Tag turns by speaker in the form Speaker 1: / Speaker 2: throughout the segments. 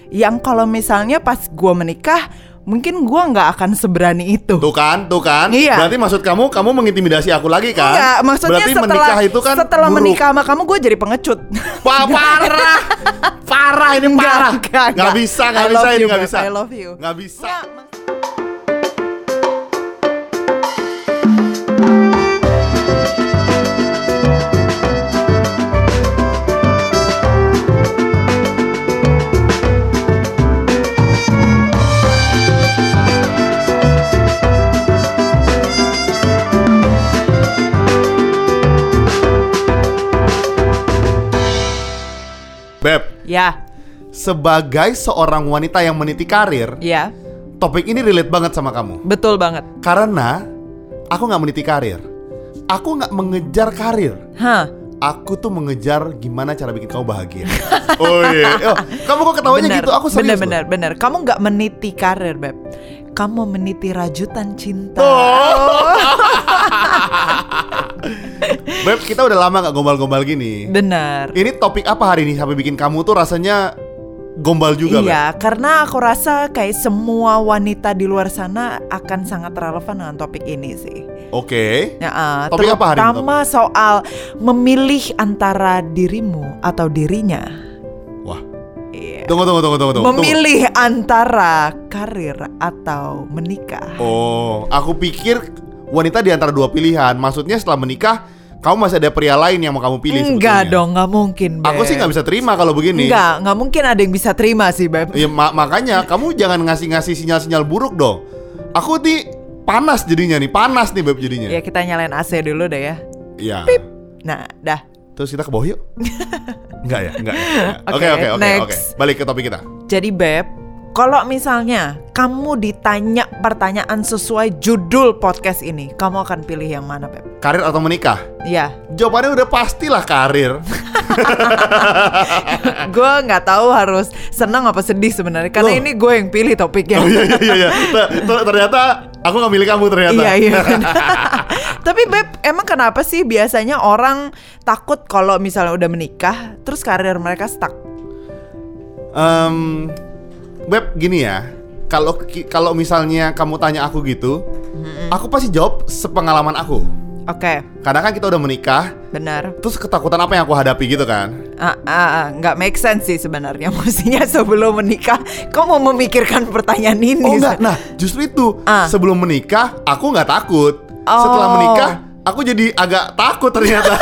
Speaker 1: yang kalau misalnya pas gue menikah mungkin gue nggak akan seberani itu.
Speaker 2: Tuh kan.
Speaker 1: Iya.
Speaker 2: Berarti maksud kamu mengintimidasi aku lagi kan?
Speaker 1: Enggak, maksudnya
Speaker 2: berarti menikah itu kan
Speaker 1: setelah
Speaker 2: buruk.
Speaker 1: menikah sama kamu gue jadi pengecut.
Speaker 2: Wah, parah ini parah. Nggak bisa ini nggak bisa.
Speaker 1: I love you.
Speaker 2: Nggak bisa. Beb,
Speaker 1: Ya,
Speaker 2: sebagai seorang wanita yang meniti karir,
Speaker 1: ya,
Speaker 2: topik ini relate banget sama kamu.
Speaker 1: betul banget.
Speaker 2: Karena aku gak meniti karir, aku gak mengejar karir. Aku tuh mengejar gimana cara bikin kamu bahagia. Oh iya, kamu kok ketawanya
Speaker 1: Bener,
Speaker 2: gitu? Aku serius.
Speaker 1: bener. Kamu nggak meniti karir, Beb. Kamu meniti rajutan cinta.
Speaker 2: Beb, kita udah lama gak gombal-gombal gini.
Speaker 1: Bener.
Speaker 2: Ini topik apa hari ini sampai bikin kamu tuh rasanya gombal juga,
Speaker 1: Iya,
Speaker 2: Beb?
Speaker 1: karena aku rasa kayak semua wanita di luar sana akan sangat relevan dengan topik ini sih.
Speaker 2: Oke.
Speaker 1: Ya,
Speaker 2: Topik apa hari ini?
Speaker 1: terutama soal memilih antara dirimu atau dirinya.
Speaker 2: Wah.
Speaker 1: Iya.
Speaker 2: Tunggu.
Speaker 1: Memilih antara karir atau menikah.
Speaker 2: Oh, aku pikir wanita di antara dua pilihan. Maksudnya setelah menikah, kamu masih ada pria lain yang mau kamu pilih sebetulnya.
Speaker 1: Enggak dong, nggak mungkin, Beb.
Speaker 2: Aku sih nggak bisa terima kalau begini.
Speaker 1: Nggak mungkin ada yang bisa terima sih, Beb.
Speaker 2: Ya, makanya kamu jangan ngasih sinyal-sinyal buruk dong. Aku nih panas nih, Beb jadinya.
Speaker 1: Ya kita nyalain AC dulu deh ya.
Speaker 2: Iya.
Speaker 1: Pip. Nah, dah.
Speaker 2: Terus kita ke bawah yuk. Enggak ya.
Speaker 1: Oke,
Speaker 2: Oke.
Speaker 1: next.
Speaker 2: Balik ke topik kita.
Speaker 1: Jadi Beb, kalau misalnya kamu ditanya pertanyaan sesuai judul podcast ini, kamu akan pilih yang mana, Beb?
Speaker 2: Karir atau menikah?
Speaker 1: Iya.
Speaker 2: Jawabannya udah pastilah karir.
Speaker 1: Gue nggak tahu harus senang apa sedih sebenarnya, karena ini gue yang pilih topiknya.
Speaker 2: Oh iya. Ternyata aku nggak milih kamu ternyata.
Speaker 1: Iya. Tapi Beb, emang kenapa sih biasanya orang takut kalau misalnya udah menikah, terus karir mereka stuck?
Speaker 2: Beb, gini ya. Kalau misalnya kamu tanya aku gitu, aku pasti jawab sepengalaman aku.
Speaker 1: Oke.
Speaker 2: Karena kan kita udah menikah.
Speaker 1: Benar.
Speaker 2: Terus ketakutan apa yang aku hadapi gitu kan?
Speaker 1: Nggak make sense sih sebenarnya. Mestinya sebelum menikah, kau mau memikirkan pertanyaan ini.
Speaker 2: Oh enggak, nah justru itu. Sebelum menikah, aku nggak takut. Setelah menikah, aku jadi agak takut ternyata.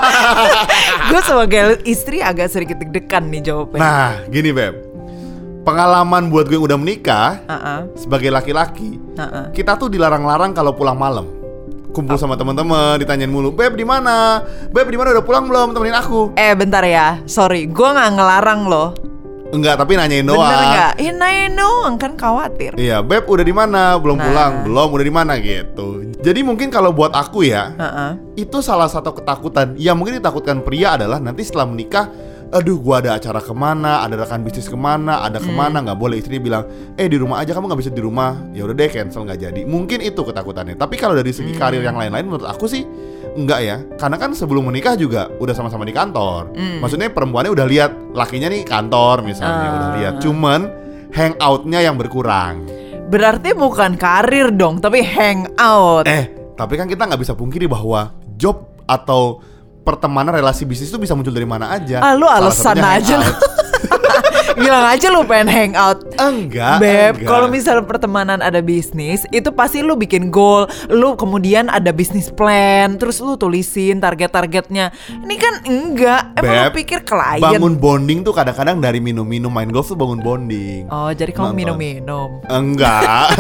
Speaker 1: Gue sebagai istri agak sedikit deg-degan nih jawabannya.
Speaker 2: Nah, gini Beb. Pengalaman buat gue yang udah menikah, sebagai laki-laki, kita tuh dilarang-larang kalau pulang malam. Kumpul sama teman-teman, ditanyain mulu, Beb di mana? Beb di mana, udah pulang belum? Temenin aku.
Speaker 1: Bentar ya, sorry, gue nggak ngelarang loh.
Speaker 2: Enggak, tapi nanyain doang.
Speaker 1: Bener nggak? Nanyain doang, kan khawatir.
Speaker 2: Iya, Beb udah di mana? Belum pulang? Belum, udah di mana gitu. Jadi mungkin kalau buat aku ya, itu salah satu ketakutan yang mungkin ditakutkan pria adalah nanti setelah menikah, aduh gua ada acara kemana, ada rekan bisnis kemana, ada kemana, nggak boleh. Istrinya bilang, di rumah aja, kamu nggak bisa di rumah. Ya udah deh, cancel, nggak jadi. Mungkin itu ketakutannya. Tapi kalau dari segi karir yang lain-lain, menurut aku sih enggak ya. Karena kan sebelum menikah juga udah sama-sama di kantor. Maksudnya perempuannya udah lihat lakinya nih kantor misalnya, udah lihat. Cuman hangoutnya yang berkurang.
Speaker 1: Berarti bukan karir dong, tapi hangout.
Speaker 2: Tapi kan kita nggak bisa pungkiri bahwa job atau pertemanan, relasi bisnis itu bisa muncul dari mana aja.
Speaker 1: Lu alasan aja lu. Bilang aja lu pengen hangout.
Speaker 2: Enggak,
Speaker 1: Beb, kalau misalnya pertemanan ada bisnis, itu pasti lu bikin goal, lu kemudian ada bisnis plan, terus lu tulisin target-targetnya. Ini kan enggak. Emang lu pikir klien?
Speaker 2: Bangun bonding tuh kadang-kadang dari minum-minum, main golf tuh bangun bonding.
Speaker 1: Oh, jadi kamu minum-minum.
Speaker 2: Enggak.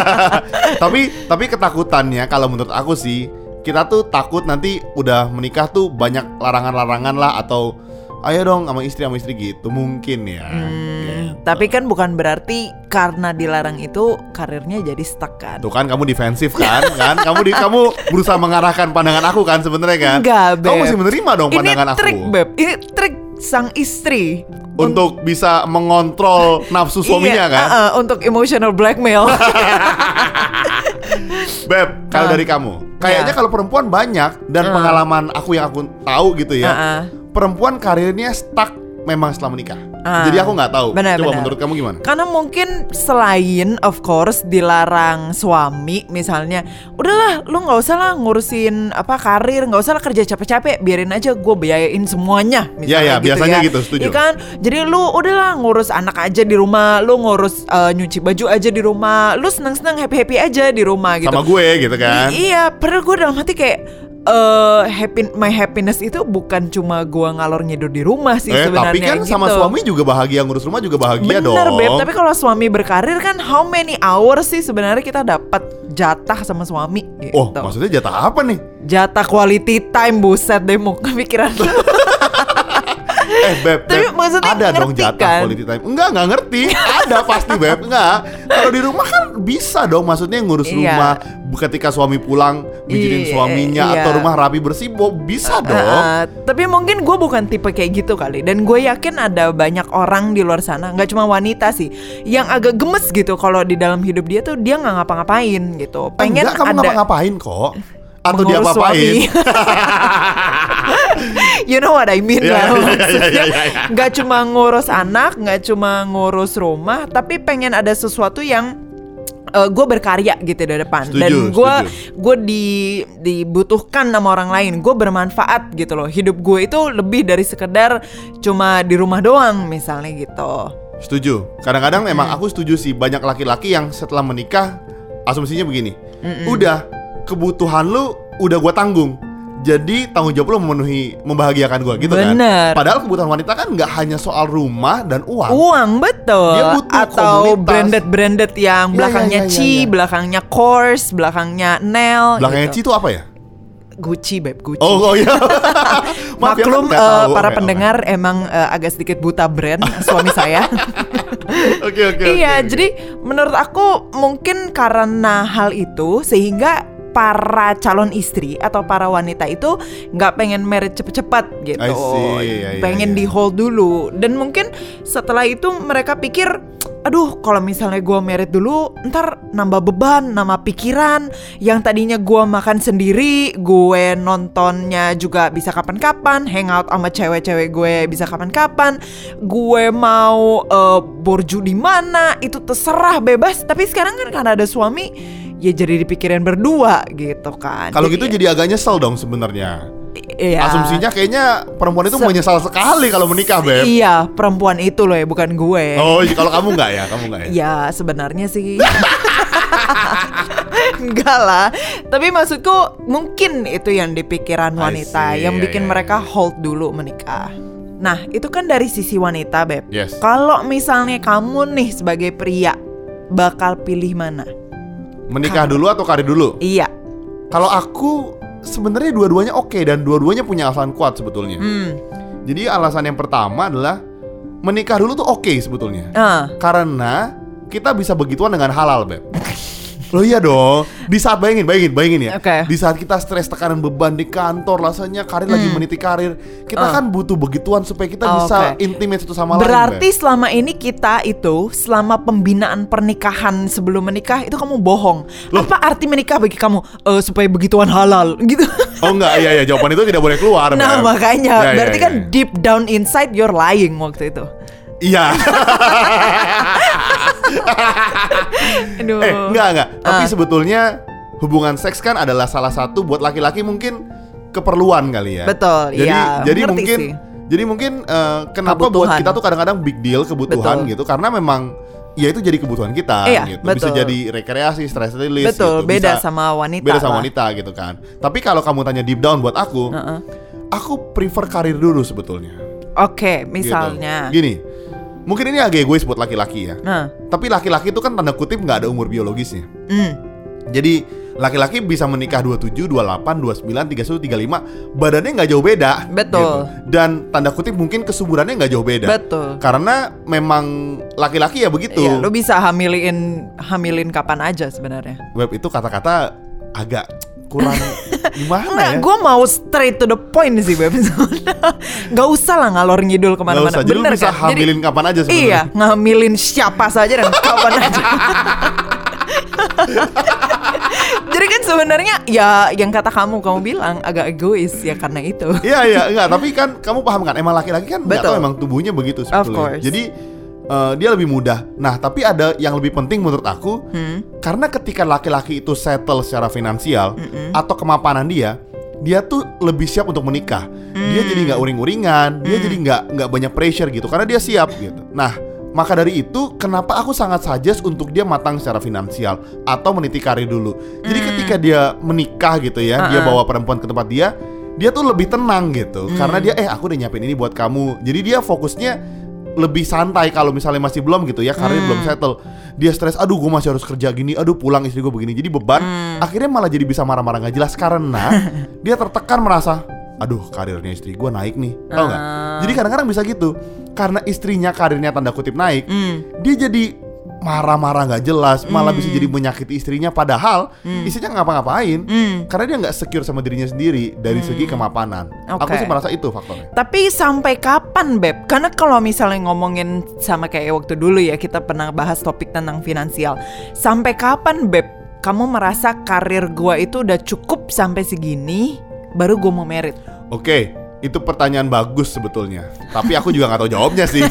Speaker 2: Tapi ketakutannya kalau menurut aku sih, kita tuh takut nanti udah menikah tuh banyak larangan-larangan lah, atau ayo dong sama istri gitu mungkin ya. Gitu.
Speaker 1: Tapi kan bukan berarti karena dilarang itu karirnya jadi stuck kan?
Speaker 2: Tuh kan kamu defensif kan? Kamu berusaha mengarahkan pandangan aku kan sebenarnya kan?
Speaker 1: Enggak, Beb.
Speaker 2: Kamu mesti menerima dong pandangan aku.
Speaker 1: Ini trik, Beb. Ini trik sang istri
Speaker 2: untuk bisa mengontrol nafsu suaminya kan?
Speaker 1: Untuk emotional blackmail.
Speaker 2: Beb, kalau dari kamu, kayaknya kalau perempuan banyak dan pengalaman aku yang aku tahu gitu ya, perempuan karirnya stuck memang setelah menikah. Jadi aku nggak tahu.
Speaker 1: Benar,
Speaker 2: Coba
Speaker 1: benar.
Speaker 2: menurut kamu gimana?
Speaker 1: Karena mungkin selain of course dilarang suami misalnya, udahlah lu nggak usah lah ngurusin karir, nggak usah lah kerja capek-capek, biarin aja gue biayain semuanya.
Speaker 2: Ya, biasanya gitu, setuju.
Speaker 1: Iya kan, jadi lu udahlah ngurus anak aja di rumah, lu ngurus nyuci baju aja di rumah, lu seneng-seneng happy-happy aja di rumah gitu.
Speaker 2: Sama gue gitu kan?
Speaker 1: Iya, padahal gue dalam hati kayak my happiness itu bukan cuma gua ngalor ngidur di rumah sih sebenarnya.
Speaker 2: Tapi kan
Speaker 1: gitu.
Speaker 2: sama suami juga bahagia, ngurus rumah juga bahagia.
Speaker 1: Bener,
Speaker 2: dong.
Speaker 1: Beb, tapi kalau suami berkarir kan how many hours sih sebenarnya kita dapat jatah sama suami gitu.
Speaker 2: Oh, maksudnya jatah apa nih?
Speaker 1: Jatah quality time, buset deh muka pikiran.
Speaker 2: Beb,
Speaker 1: Tapi maksudnya
Speaker 2: ada dong
Speaker 1: ngerti
Speaker 2: jatah
Speaker 1: kan?
Speaker 2: quality time. Enggak ngerti. Ada pasti, Beb. Enggak. Kalau di rumah kan bisa dong, maksudnya ngurus rumah ketika suami pulang, mijitin suaminya atau rumah rapi bersih, bisa dong.
Speaker 1: Tapi mungkin gue bukan tipe kayak gitu kali. Dan gue yakin ada banyak orang di luar sana, nggak cuma wanita sih, yang agak gemes gitu kalau di dalam hidup dia tuh dia nggak ngapa-ngapain gitu. Pengen
Speaker 2: Enggak, kamu
Speaker 1: ada
Speaker 2: ngapa-ngapain kok. Atau dia
Speaker 1: mengurus
Speaker 2: apa-apain.
Speaker 1: You know what I mean lah. Maksudnya
Speaker 2: Ya.
Speaker 1: nggak cuma ngurus anak, nggak cuma ngurus rumah, tapi pengen ada sesuatu yang gue berkarya gitu di depan. Dan gue dibutuhkan sama orang lain. Gue bermanfaat gitu loh. Hidup gue itu lebih dari sekedar cuma di rumah doang misalnya gitu.
Speaker 2: Setuju. Kadang-kadang emang aku setuju sih, banyak laki-laki yang setelah menikah asumsinya begini. Udah, kebutuhan lu udah gue tanggung. Jadi tanggung jawab lo membahagiakan gue gitu.
Speaker 1: Bener.
Speaker 2: Kan. Padahal kebutuhan wanita kan nggak hanya soal rumah dan uang.
Speaker 1: Uang, betul.
Speaker 2: Dia butuh
Speaker 1: atau
Speaker 2: komunitas.
Speaker 1: branded yang belakangnya Chi, belakangnya Kors, belakangnya Nel.
Speaker 2: Belakangnya
Speaker 1: gitu.
Speaker 2: Chi itu apa ya?
Speaker 1: Gucci, Beb, Gucci.
Speaker 2: Oh iya.
Speaker 1: Maklum para pendengar emang agak sedikit buta brand suami saya.
Speaker 2: Oke.
Speaker 1: Iya, jadi menurut aku mungkin karena hal itu sehingga para calon istri atau para wanita itu nggak pengen married cepet-cepet gitu, pengen di hold dulu. Dan mungkin setelah itu mereka pikir, aduh kalau misalnya gue married dulu ntar nambah beban, nambah pikiran. Yang tadinya gue makan sendiri, gue nontonnya juga bisa kapan-kapan, hangout sama cewek-cewek gue bisa kapan-kapan, gue mau borju di mana itu terserah, bebas. Tapi sekarang kan karena ada suami, ya jadi dipikirin berdua gitu kan.
Speaker 2: Kalau gitu jadi agak nyesel dong sebenarnya.
Speaker 1: Iya.
Speaker 2: Asumsinya kayaknya perempuan itu menyesal sekali kalau menikah, Beb.
Speaker 1: Iya, perempuan itu loh ya, bukan gue.
Speaker 2: Oh, kalau kamu nggak ya?
Speaker 1: Ya sebenarnya sih enggak lah. Tapi maksudku mungkin itu yang di pikiran wanita yang bikin mereka hold dulu menikah. Nah itu kan dari sisi wanita, Beb.
Speaker 2: Yes.
Speaker 1: Kalau misalnya kamu nih sebagai pria, bakal pilih mana?
Speaker 2: Menikah dulu atau karir dulu?
Speaker 1: Iya.
Speaker 2: Kalau aku sebenarnya dua-duanya oke, dan dua-duanya punya alasan kuat sebetulnya. Jadi alasan yang pertama adalah menikah dulu tuh oke sebetulnya. Karena kita bisa begituan dengan halal, Beb. Loh iya dong. Di saat bayangin ya. Di saat kita stres, tekanan, beban di kantor, rasanya karir lagi meniti karir, kita kan butuh begituan supaya kita bisa intimate satu sama lain.
Speaker 1: Berarti selama ini kita itu, selama pembinaan pernikahan sebelum menikah itu kamu bohong. Loh. Apa arti menikah bagi kamu? Supaya begituan halal gitu.
Speaker 2: Oh enggak, iya jawaban itu tidak boleh keluar.
Speaker 1: Nah makanya berarti kan deep down inside you're lying waktu itu.
Speaker 2: Iya.
Speaker 1: Aduh.
Speaker 2: Enggak. Tapi sebetulnya hubungan seks kan adalah salah satu buat laki-laki mungkin keperluan kali ya.
Speaker 1: Betul.
Speaker 2: Jadi mungkin kenapa
Speaker 1: kebutuhan.
Speaker 2: Buat kita tuh kadang-kadang big deal kebutuhan gitu, karena memang ya itu jadi kebutuhan kita gitu. Bisa jadi rekreasi, stress release.
Speaker 1: Betul.
Speaker 2: Gitu.
Speaker 1: Beda sama wanita.
Speaker 2: Beda sama wanita gitu kan. Tapi kalau kamu tanya deep down buat aku prefer karir dulu sebetulnya.
Speaker 1: Oke, misalnya.
Speaker 2: Gitu. Gini. Mungkin ini agak egois buat laki-laki ya. Tapi laki-laki itu kan tanda kutip nggak ada umur biologisnya. Jadi laki-laki bisa menikah 27, 28, 29, 31, 35, badannya nggak jauh beda.
Speaker 1: Betul.
Speaker 2: Gitu. Dan tanda kutip mungkin kesuburannya nggak jauh beda.
Speaker 1: Betul.
Speaker 2: Karena memang laki-laki ya begitu.
Speaker 1: Iya, lo bisa hamilin kapan aja sebenarnya.
Speaker 2: Web itu kata-kata agak kurang gimana ya?
Speaker 1: Gue mau straight to the point sih, Beb. Gak usah lah ngalor ngidul kemana-mana.
Speaker 2: Jadi lu bisa hamilin kapan aja sebenarnya.
Speaker 1: Iya, ngamilin siapa saja dan kapan aja. Jadi kan sebenarnya ya yang kata kamu bilang agak egois ya karena itu.
Speaker 2: Iya enggak, tapi kan kamu paham kan emang laki-laki kan enggak tahu emang tubuhnya begitu sebetulnya. Jadi dia lebih mudah. Nah, tapi ada yang lebih penting menurut aku, karena ketika laki-laki itu settle secara finansial atau kemapanan dia tuh lebih siap untuk menikah. Dia jadi nggak uring-uringan, dia jadi nggak banyak pressure gitu, karena dia siap gitu. Nah, maka dari itu kenapa aku sangat suggest untuk dia matang secara finansial atau meniti karir dulu. Jadi ketika dia menikah gitu ya, dia bawa perempuan ke tempat dia tuh lebih tenang gitu, karena dia aku udah nyiapin ini buat kamu. Jadi dia fokusnya lebih santai kalau misalnya masih belum gitu ya, karir belum settle. Dia stres, aduh gue masih harus kerja gini, aduh pulang istri gue begini. Jadi beban, akhirnya malah jadi bisa marah-marah gak jelas karena dia tertekan merasa, aduh karirnya istri gue naik nih, tau gak? Jadi kadang-kadang bisa gitu, karena istrinya karirnya tanda kutip naik, dia jadi marah-marah gak jelas, malah bisa jadi menyakiti istrinya. Padahal istrinya gak ngapa-ngapain, karena dia gak secure sama dirinya sendiri dari segi kemapanan. Aku sih merasa itu faktornya.
Speaker 1: Tapi sampai kapan Beb? Karena kalau misalnya ngomongin sama kayak waktu dulu ya, kita pernah bahas topik tentang finansial. Sampai kapan Beb kamu merasa karir gua itu udah cukup sampai segini baru gua mau merit?
Speaker 2: Oke, itu pertanyaan bagus sebetulnya. Tapi aku juga gak tahu jawabnya sih.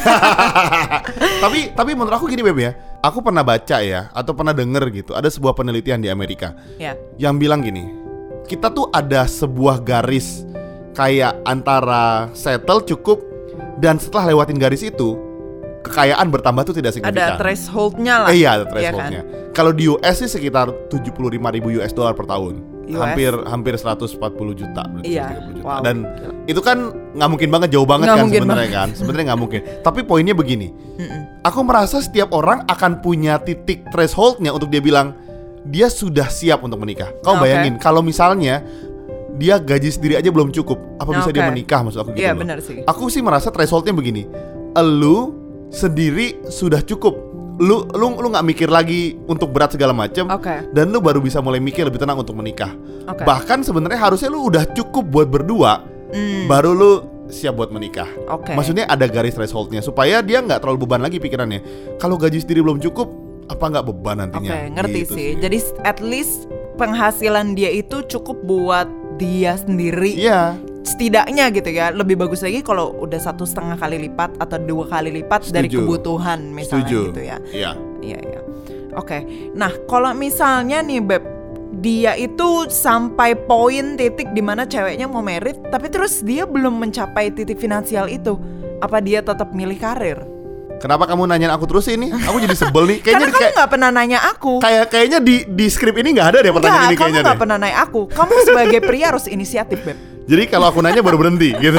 Speaker 2: Tapi menurut aku gini Beb ya, aku pernah baca ya, atau pernah denger gitu, ada sebuah penelitian di Amerika yang bilang gini, kita tuh ada sebuah garis kayak antara settle cukup, dan setelah lewatin garis itu kekayaan bertambah tuh tidak signifikan.
Speaker 1: Ada thresholdnya lah.
Speaker 2: Iya, ada thresholdnya. Kan? Kalau di US sih sekitar 75.000 US dollar per tahun. Hampir 140 juta.
Speaker 1: Iya.
Speaker 2: Juta. Dan itu kan nggak mungkin banget, jauh banget kan sebenarnya kan. Sebenarnya nggak mungkin. Tapi poinnya begini. Aku merasa setiap orang akan punya titik thresholdnya untuk dia bilang dia sudah siap untuk menikah. Kau bayangin kalau misalnya dia gaji sendiri aja belum cukup, apa bisa dia menikah, maksud aku gitu.
Speaker 1: Iya benar sih.
Speaker 2: Aku sih merasa thresholdnya begini. Lu sendiri sudah cukup. Lu nggak mikir lagi untuk berat segala macam, dan lu baru bisa mulai mikir lebih tenang untuk menikah. Bahkan sebenarnya harusnya lu udah cukup buat berdua, baru lu siap buat menikah. Maksudnya ada garis thresholdnya supaya dia nggak terlalu beban lagi pikirannya. Kalau gaji sendiri belum cukup, apa nggak beban nantinya?
Speaker 1: Ngerti gitu sih. Jadi at least penghasilan dia itu cukup buat dia sendiri.
Speaker 2: Iya.
Speaker 1: Setidaknya gitu ya. Lebih bagus lagi kalau udah 1,5 kali lipat atau 2 kali lipat dari kebutuhan misalnya. Gitu ya. Iya. Oke. Nah kalau misalnya nih Beb, dia itu sampai poin titik dimana ceweknya mau merit, tapi terus dia belum mencapai titik finansial itu, apa dia tetap milih karir?
Speaker 2: Kenapa kamu nanyain aku terus ini? Aku jadi sebel nih.
Speaker 1: Karena kamu gak pernah nanya aku.
Speaker 2: Kayaknya di skrip ini gak ada deh pertanyaan ini kayaknya.
Speaker 1: Kamu gak pernah nanya aku. Kamu sebagai pria harus inisiatif Beb.
Speaker 2: Jadi kalau aku nanya baru berhenti gitu.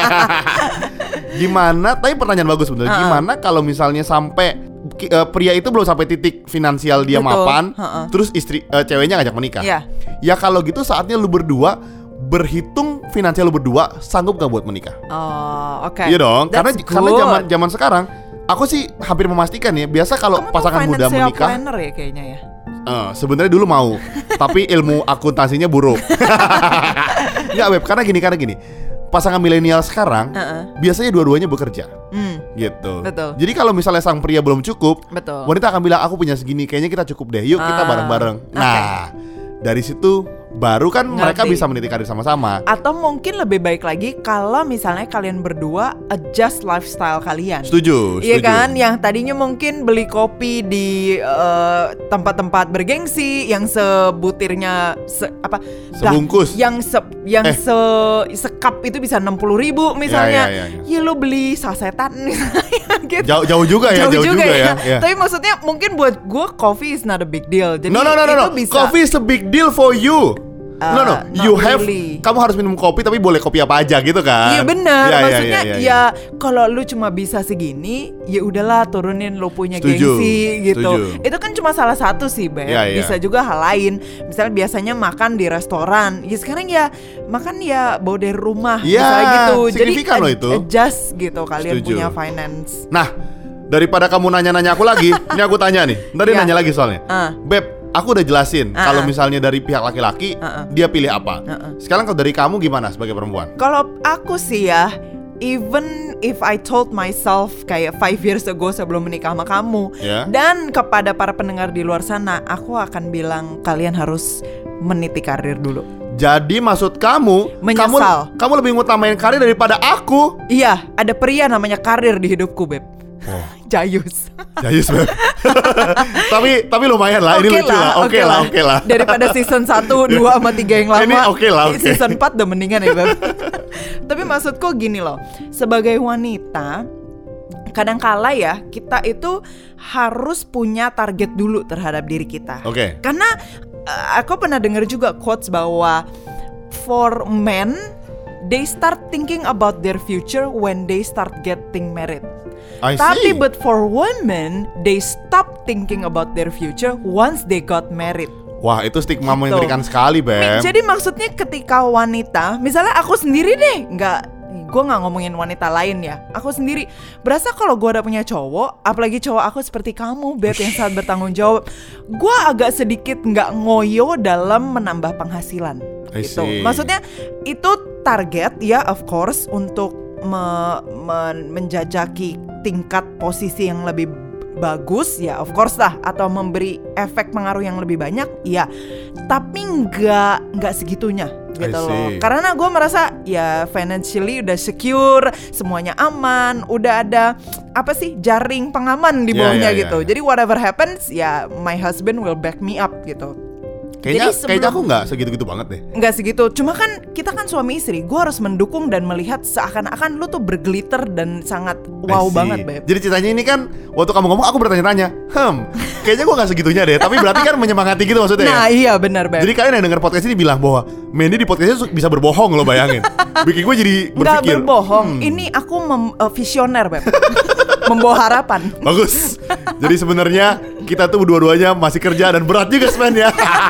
Speaker 2: Gimana? Tapi pertanyaan bagus bener. Gimana kalau misalnya sampai pria itu belum sampai titik finansial dia mapan, terus ceweknya ngajak menikah. Ya kalau gitu saatnya lu berdua berhitung finansial lu berdua sanggup gak buat menikah. Iya dong. Karena zaman sekarang aku sih hampir memastikan ya, biasa kalau pasangan muda menikah.
Speaker 1: Kamu planner ya kayaknya ya.
Speaker 2: Sebenarnya dulu mau, tapi ilmu akuntansinya buruk. Nggak Beb, karena gini. Pasangan milenial sekarang biasanya dua-duanya bekerja, gitu.
Speaker 1: Betul.
Speaker 2: Jadi kalau misalnya sang pria belum cukup, wanita akan bilang aku punya segini, kayaknya kita cukup deh, yuk kita bareng-bareng. Nah, dari situ baru kan mereka bisa meniti karir sama-sama.
Speaker 1: Atau mungkin lebih baik lagi kalau misalnya kalian berdua adjust lifestyle kalian.
Speaker 2: Setuju.
Speaker 1: Iya kan, yang tadinya mungkin beli kopi di tempat-tempat bergengsi yang sebutirnya
Speaker 2: sebungkus,
Speaker 1: yang sekap itu bisa 60.000 misalnya. Ya lo beli sasetan misalnya gitu.
Speaker 2: Jauh juga ya.
Speaker 1: Tapi maksudnya mungkin buat gue coffee is not a big deal. Jadi
Speaker 2: no.
Speaker 1: Bisa.
Speaker 2: Coffee is a big deal for you. You have really. Kamu harus minum kopi tapi boleh kopi apa aja gitu kan?
Speaker 1: Iya benar. Maksudnya ya kalau lu cuma bisa segini, ya udahlah turunin lu punya gengsi gitu. Itu kan cuma salah satu sih, Beb. Bisa juga hal lain. Misalnya biasanya makan di restoran, ya sekarang ya makan ya bawa dari rumah, misalnya gitu. Jadi adjust gitu kalian punya finance.
Speaker 2: Nah, daripada kamu nanya-nanya aku lagi, ini aku tanya nih. Ntar dia nanya lagi soalnya. Beb, aku udah jelasin kalau misalnya dari pihak laki-laki dia pilih apa. Sekarang kalau dari kamu gimana sebagai perempuan?
Speaker 1: Kalau aku sih ya even if I told myself kayak 5 years ago sebelum menikah sama kamu, dan kepada para pendengar di luar sana, aku akan bilang kalian harus meniti karir dulu.
Speaker 2: Jadi maksud kamu, kamu lebih ngutamain karir daripada aku?
Speaker 1: Iya, ada pria namanya karir di hidupku, Beb. Jayus, Beb.
Speaker 2: tapi lumayan lah, ini lucu lah. Oke lah.
Speaker 1: Daripada season 1, 2 sama 3 yang lama.
Speaker 2: Ini oke lah.
Speaker 1: Season 4 udah mendingan ya, Beb. Tapi maksudku gini loh, sebagai wanita kadang-kala ya kita itu harus punya target dulu terhadap diri kita. Karena aku pernah dengar juga quotes bahwa for men they start thinking about their future when they start getting married. Tapi but for women they stop thinking about their future once they got married.
Speaker 2: Wah, itu stigma mengerikan sekali, Beb.
Speaker 1: Jadi maksudnya ketika wanita, misalnya aku sendiri deh, gue nggak ngomongin wanita lain ya, aku sendiri berasa kalau gue udah punya cowok, apalagi cowok aku seperti kamu, Beb, yang sangat bertanggung jawab, gue agak sedikit nggak ngoyo dalam menambah penghasilan. Gitu. Maksudnya itu target ya, of course, untuk menjajaki tingkat posisi yang lebih bagus ya, of course lah, atau memberi efek pengaruh yang lebih banyak ya, tapi nggak segitunya gitu loh. Karena gue merasa ya financially udah secure, semuanya aman, udah ada jaring pengaman di bawahnya gitu. Jadi whatever happens ya my husband will back me up gitu.
Speaker 2: Kayaknya aku gak segitu-gitu banget deh.
Speaker 1: Gak segitu, cuma kan kita kan suami istri, gue harus mendukung dan melihat seakan-akan lu tuh berglitter dan sangat wow banget, Beb.
Speaker 2: Jadi ceritanya ini kan, waktu kamu ngomong aku bertanya-tanya, kayaknya gue gak segitunya deh. Tapi berarti kan menyemangati gitu maksudnya.
Speaker 1: Nah iya benar, Beb.
Speaker 2: Jadi kalian yang denger podcast ini bilang bahwa Mandy di podcastnya bisa berbohong loh, bayangin. Bikin gue jadi berpikir.
Speaker 1: Gak berbohong, ini aku visioner, Beb. Membawa harapan.
Speaker 2: Bagus. Jadi sebenarnya kita tuh dua-duanya masih kerja dan berat juga sebenarnya.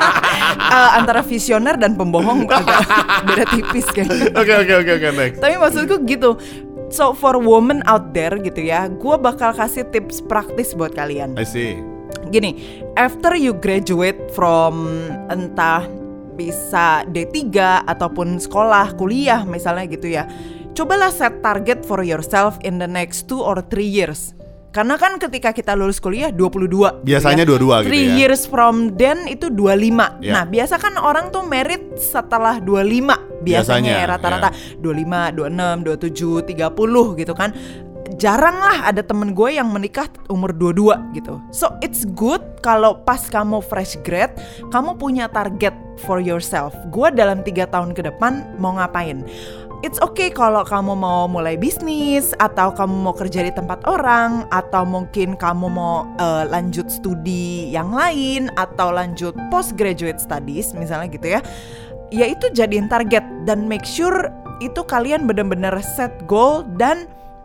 Speaker 1: Antara visioner dan pembohong agak beda tipis kayaknya.
Speaker 2: Oke, next.
Speaker 1: Tapi maksudku gitu. So for women out there gitu ya, gue bakal kasih tips praktis buat kalian.
Speaker 2: I see.
Speaker 1: Gini, after you graduate from entah bisa D3 ataupun sekolah, kuliah misalnya gitu ya, cobalah set target for yourself in the next 2 or 3 years. Karena kan ketika kita lulus kuliah 22.
Speaker 2: Biasanya
Speaker 1: ya,
Speaker 2: 22 gitu ya.
Speaker 1: 3 years from then itu 25. Nah biasa kan orang tuh married setelah 25. Biasanya rata-rata 25, 26, 27, 30 gitu kan. Jarang lah ada temen gue yang menikah umur 22 gitu. So it's good kalau pas kamu fresh grad, kamu punya target for yourself. Gue dalam 3 tahun ke depan mau ngapain. It's okay kalau kamu mau mulai bisnis, atau kamu mau kerja di tempat orang, atau mungkin kamu mau lanjut studi yang lain, atau lanjut postgraduate studies misalnya gitu ya. Ya itu jadiin target dan make sure itu kalian benar-benar set goal dan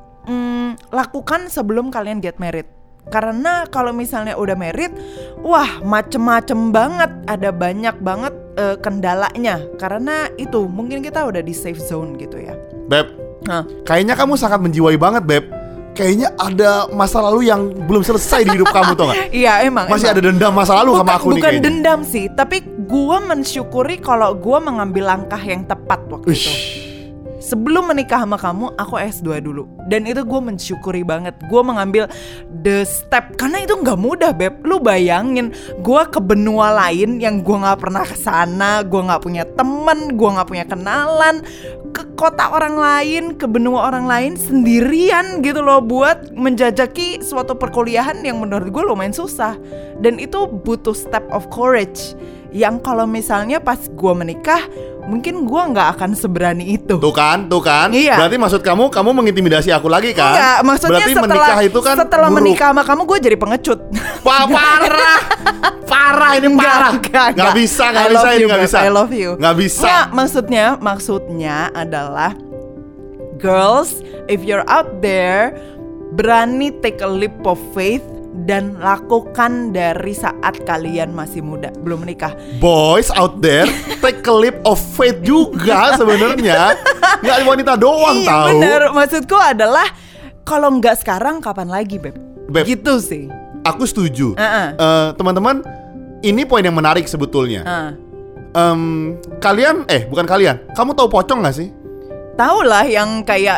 Speaker 1: lakukan sebelum kalian get married. Karena kalau misalnya udah married, wah macem-macem banget, ada banyak banget kendalanya. Karena itu mungkin kita udah di safe zone gitu ya.
Speaker 2: Beb, kayaknya kamu sangat menjiwai banget, Beb. Kayaknya ada masa lalu yang belum selesai di hidup kamu, tau gak?
Speaker 1: Iya emang.
Speaker 2: Masih ada dendam masa lalu sama aku nih kayaknya.
Speaker 1: Bukan dendam sih, tapi gue mensyukuri kalau gue mengambil langkah yang tepat waktu itu. Sebelum menikah sama kamu, aku S2 dulu. Dan itu gue mensyukuri banget. Gue mengambil the step. Karena itu gak mudah, Beb. Lu bayangin, gue ke benua lain yang gue gak pernah kesana. Gue gak punya temen, gue gak punya kenalan. Ke kota orang lain, ke benua orang lain sendirian gitu loh. Buat menjajaki suatu perkuliahan yang menurut gue lumayan susah. Dan itu butuh step of courage. Yang kalau misalnya pas gue menikah, mungkin gue gak akan seberani itu.
Speaker 2: Tuh kan iya. Berarti maksud kamu mengintimidasi aku lagi kan?
Speaker 1: Enggak, maksudnya
Speaker 2: berarti menikah itu kan
Speaker 1: setelah buruk. Menikah sama kamu gue jadi pengecut.
Speaker 2: Wah parah ini parah. Gak bisa ini gak bisa.
Speaker 1: I love you.
Speaker 2: Gak bisa.
Speaker 1: Maksudnya adalah girls, if you're out there, berani take a leap of faith dan lakukan dari saat kalian masih muda, belum menikah.
Speaker 2: Boys out there, take a leap of faith juga sebenarnya. Nggak wanita doang tahu.
Speaker 1: Iya bener, maksudku adalah kalau nggak sekarang kapan lagi, Beb? Gitu sih.
Speaker 2: Aku setuju. Teman-teman, ini poin yang menarik sebetulnya. Bukan kalian, kamu tahu pocong nggak sih?
Speaker 1: Tahu lah, yang kayak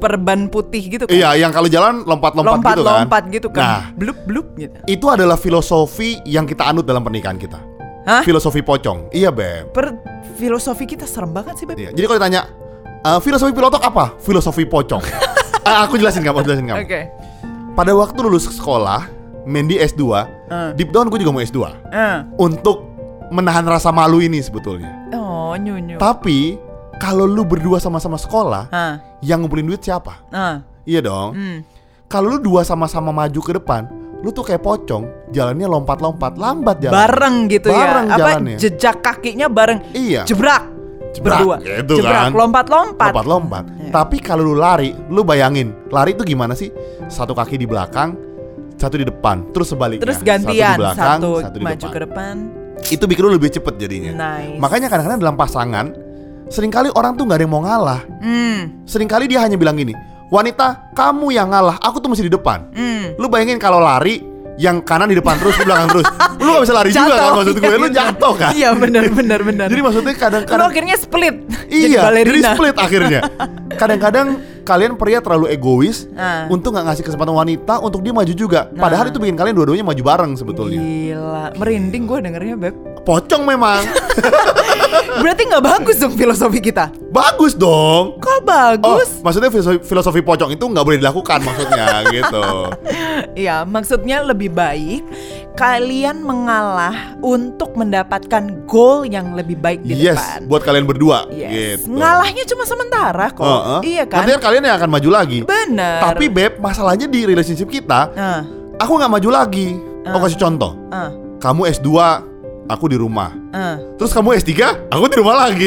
Speaker 1: perban putih gitu kan.
Speaker 2: Iya, yang kalau jalan lompat-lompat gitu kan.
Speaker 1: Lompat gitu kan.
Speaker 2: Nah,
Speaker 1: blub gitu.
Speaker 2: Itu adalah filosofi yang kita anut dalam pernikahan kita.
Speaker 1: Hah?
Speaker 2: Filosofi pocong. Iya, Beb.
Speaker 1: Filosofi kita serem banget sih, Beb.
Speaker 2: Iya. Jadi kalau ditanya filosofi pilotok apa? Filosofi pocong. Aku jelasin kamu.
Speaker 1: Oke.
Speaker 2: Pada waktu lulus sekolah, Mandy S2, deep down gue juga mau S2. Untuk menahan rasa malu ini sebetulnya.
Speaker 1: Oh, nyunyu.
Speaker 2: Tapi kalau lu berdua sama-sama sekolah, yang ngumpulin duit siapa? Iya dong. Kalau lu dua sama-sama maju ke depan, lu tuh kayak pocong, jalannya lompat-lompat, lambat jalan.
Speaker 1: Bareng gitu
Speaker 2: bareng
Speaker 1: ya.
Speaker 2: Jalannya.
Speaker 1: Jejak kakinya bareng.
Speaker 2: Iya.
Speaker 1: Jebrak berdua.
Speaker 2: Gitu
Speaker 1: jebrak,
Speaker 2: kan.
Speaker 1: Lompat-lompat.
Speaker 2: Ya. Tapi kalau lu lari, lu bayangin, lari itu gimana sih? Satu kaki di belakang, satu di depan, terus sebaliknya.
Speaker 1: Terus gantian,
Speaker 2: satu di belakang,
Speaker 1: satu
Speaker 2: di
Speaker 1: maju
Speaker 2: depan.
Speaker 1: ke depan.
Speaker 2: Itu bikin lu lebih cepet jadinya.
Speaker 1: Nice.
Speaker 2: Makanya kadang-kadang dalam pasangan, seringkali orang tuh gak ada yang mau ngalah. Seringkali dia hanya bilang gini, wanita, kamu yang ngalah, aku tuh masih di depan. Lu bayangin kalau lari, yang kanan di depan terus, di belakang terus, lu gak bisa lari jatuh, juga kan maksud gue, lu jatuh kan.
Speaker 1: Iya benar.
Speaker 2: Jadi maksudnya kadang-kadang
Speaker 1: lu akhirnya split.
Speaker 2: Iya, jadi split akhirnya. Kadang-kadang kalian pria terlalu egois untuk gak ngasih kesempatan wanita untuk dia maju juga. Padahal itu bikin kalian dua-duanya maju bareng sebetulnya.
Speaker 1: Gila, merinding gue dengernya, Beb.
Speaker 2: Pocong memang.
Speaker 1: Berarti gak bagus dong filosofi kita.
Speaker 2: Bagus dong.
Speaker 1: Kok bagus?
Speaker 2: Maksudnya filosofi pocong itu gak boleh dilakukan maksudnya gitu.
Speaker 1: Iya, maksudnya lebih baik kalian mengalah untuk mendapatkan goal yang lebih baik di depan.
Speaker 2: Yes, buat kalian berdua.
Speaker 1: Yes.
Speaker 2: Gitu.
Speaker 1: Ngalahnya cuma sementara kok. Iya kan?
Speaker 2: Nanti kalian yang akan maju lagi.
Speaker 1: Bener.
Speaker 2: Tapi Beb, masalahnya di relationship kita, aku gak maju lagi. Aku kasih contoh. Kamu S2, aku di rumah. Terus kamu S3, aku di rumah lagi.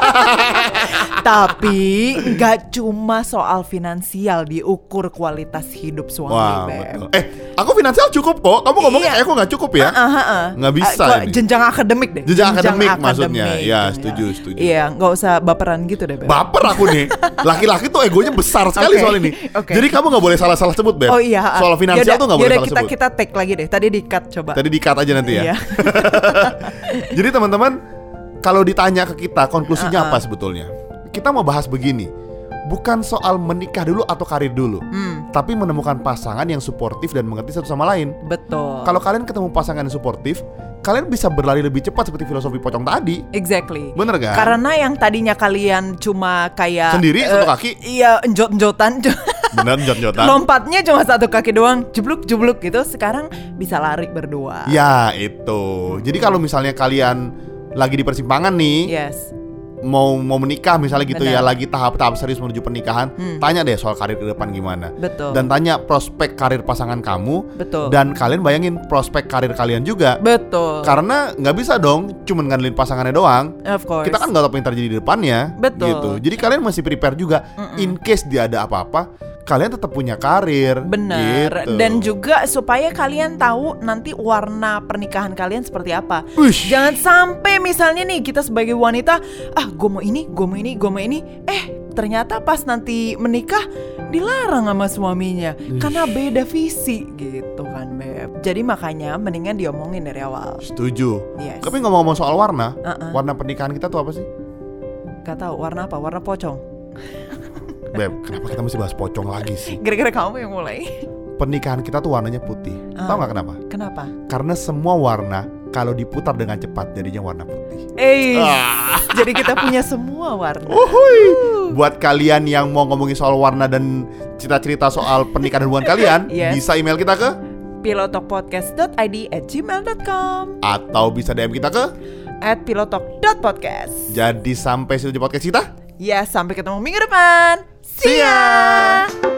Speaker 1: Tapi gak cuma soal finansial diukur kualitas hidup suami.
Speaker 2: Wah,
Speaker 1: Beb.
Speaker 2: betul. Aku finansial cukup kok. Kamu ngomongnya kayak aku gak cukup ya. Gak bisa ini.
Speaker 1: Jenjang akademik deh.
Speaker 2: Jenjang akademik maksudnya. Ya, setuju.
Speaker 1: Iya, gak usah baperan gitu deh, Beb.
Speaker 2: Baper aku nih. Laki-laki tuh egonya besar sekali soal ini. Jadi kamu gak boleh salah-salah sebut, Beb.
Speaker 1: Oh iya.
Speaker 2: Soal finansial tuh gak boleh salah sebut.
Speaker 1: Kita take lagi deh. Tadi di-cut coba.
Speaker 2: Tadi di-cut aja nanti ya.
Speaker 1: Iya.
Speaker 2: Jadi teman-teman, kalau ditanya ke kita konklusinya apa sebetulnya? Kita mau bahas begini. Bukan soal menikah dulu atau karir dulu, tapi menemukan pasangan yang suportif dan mengerti satu sama lain.
Speaker 1: Betul.
Speaker 2: Kalau kalian ketemu pasangan yang suportif, kalian bisa berlari lebih cepat seperti filosofi pocong tadi.
Speaker 1: Exactly.
Speaker 2: Bener kan?
Speaker 1: Karena yang tadinya kalian cuma kayak
Speaker 2: sendiri satu kaki.
Speaker 1: Iya, enjot-enjotan.
Speaker 2: Bener, enjot-enjotan.
Speaker 1: Lompatnya cuma satu kaki doang, jebluk-jebluk gitu. Sekarang bisa lari berdua.
Speaker 2: Ya, itu. Jadi kalau misalnya kalian lagi di persimpangan nih.
Speaker 1: Yes.
Speaker 2: Mau menikah misalnya gitu.
Speaker 1: Benar.
Speaker 2: Ya, lagi tahap-tahap serius menuju pernikahan, tanya deh soal karir ke depan gimana.
Speaker 1: Betul.
Speaker 2: Dan tanya prospek karir pasangan kamu.
Speaker 1: Betul.
Speaker 2: Dan kalian bayangin prospek karir kalian juga.
Speaker 1: Betul.
Speaker 2: Karena nggak bisa dong cuman ngandelin pasangannya doang.
Speaker 1: Of course.
Speaker 2: Kita kan nggak tahu apa yang terjadi di depannya.
Speaker 1: Betul.
Speaker 2: Gitu. Jadi kalian masih prepare juga. In case dia ada apa-apa, kalian tetap punya karir.
Speaker 1: Bener.
Speaker 2: Gitu.
Speaker 1: Dan juga supaya kalian tahu nanti warna pernikahan kalian seperti apa.
Speaker 2: Uish.
Speaker 1: Jangan sampai misalnya nih kita sebagai wanita, gue mau ini. Ternyata pas nanti menikah dilarang sama suaminya. Karena beda visi gitu kan, Beb. Jadi makanya mendingan diomongin dari awal.
Speaker 2: Setuju.
Speaker 1: Yes.
Speaker 2: Tapi ngomong-ngomong soal warna, warna pernikahan kita tuh apa sih?
Speaker 1: Gak tahu warna apa? Warna pocong.
Speaker 2: Beb, kenapa kita mesti bahas pocong lagi sih?
Speaker 1: Gara-gara kamu yang mulai.
Speaker 2: Pernikahan kita tuh warnanya putih. Tahu nggak kenapa?
Speaker 1: Kenapa?
Speaker 2: Karena semua warna kalau diputar dengan cepat jadinya warna putih.
Speaker 1: Jadi kita punya semua warna.
Speaker 2: Buat kalian yang mau ngomongin soal warna dan cerita-cerita soal pernikahan dan hubungan kalian,
Speaker 1: Yes.
Speaker 2: bisa email kita ke
Speaker 1: pilotokpodcast.id@gmail.com
Speaker 2: atau bisa DM kita ke
Speaker 1: @pilotok.podcast.
Speaker 2: Jadi sampai situ di podcast kita.
Speaker 1: Ya, sampai ketemu minggu depan. See
Speaker 2: See
Speaker 1: ya.
Speaker 2: ya.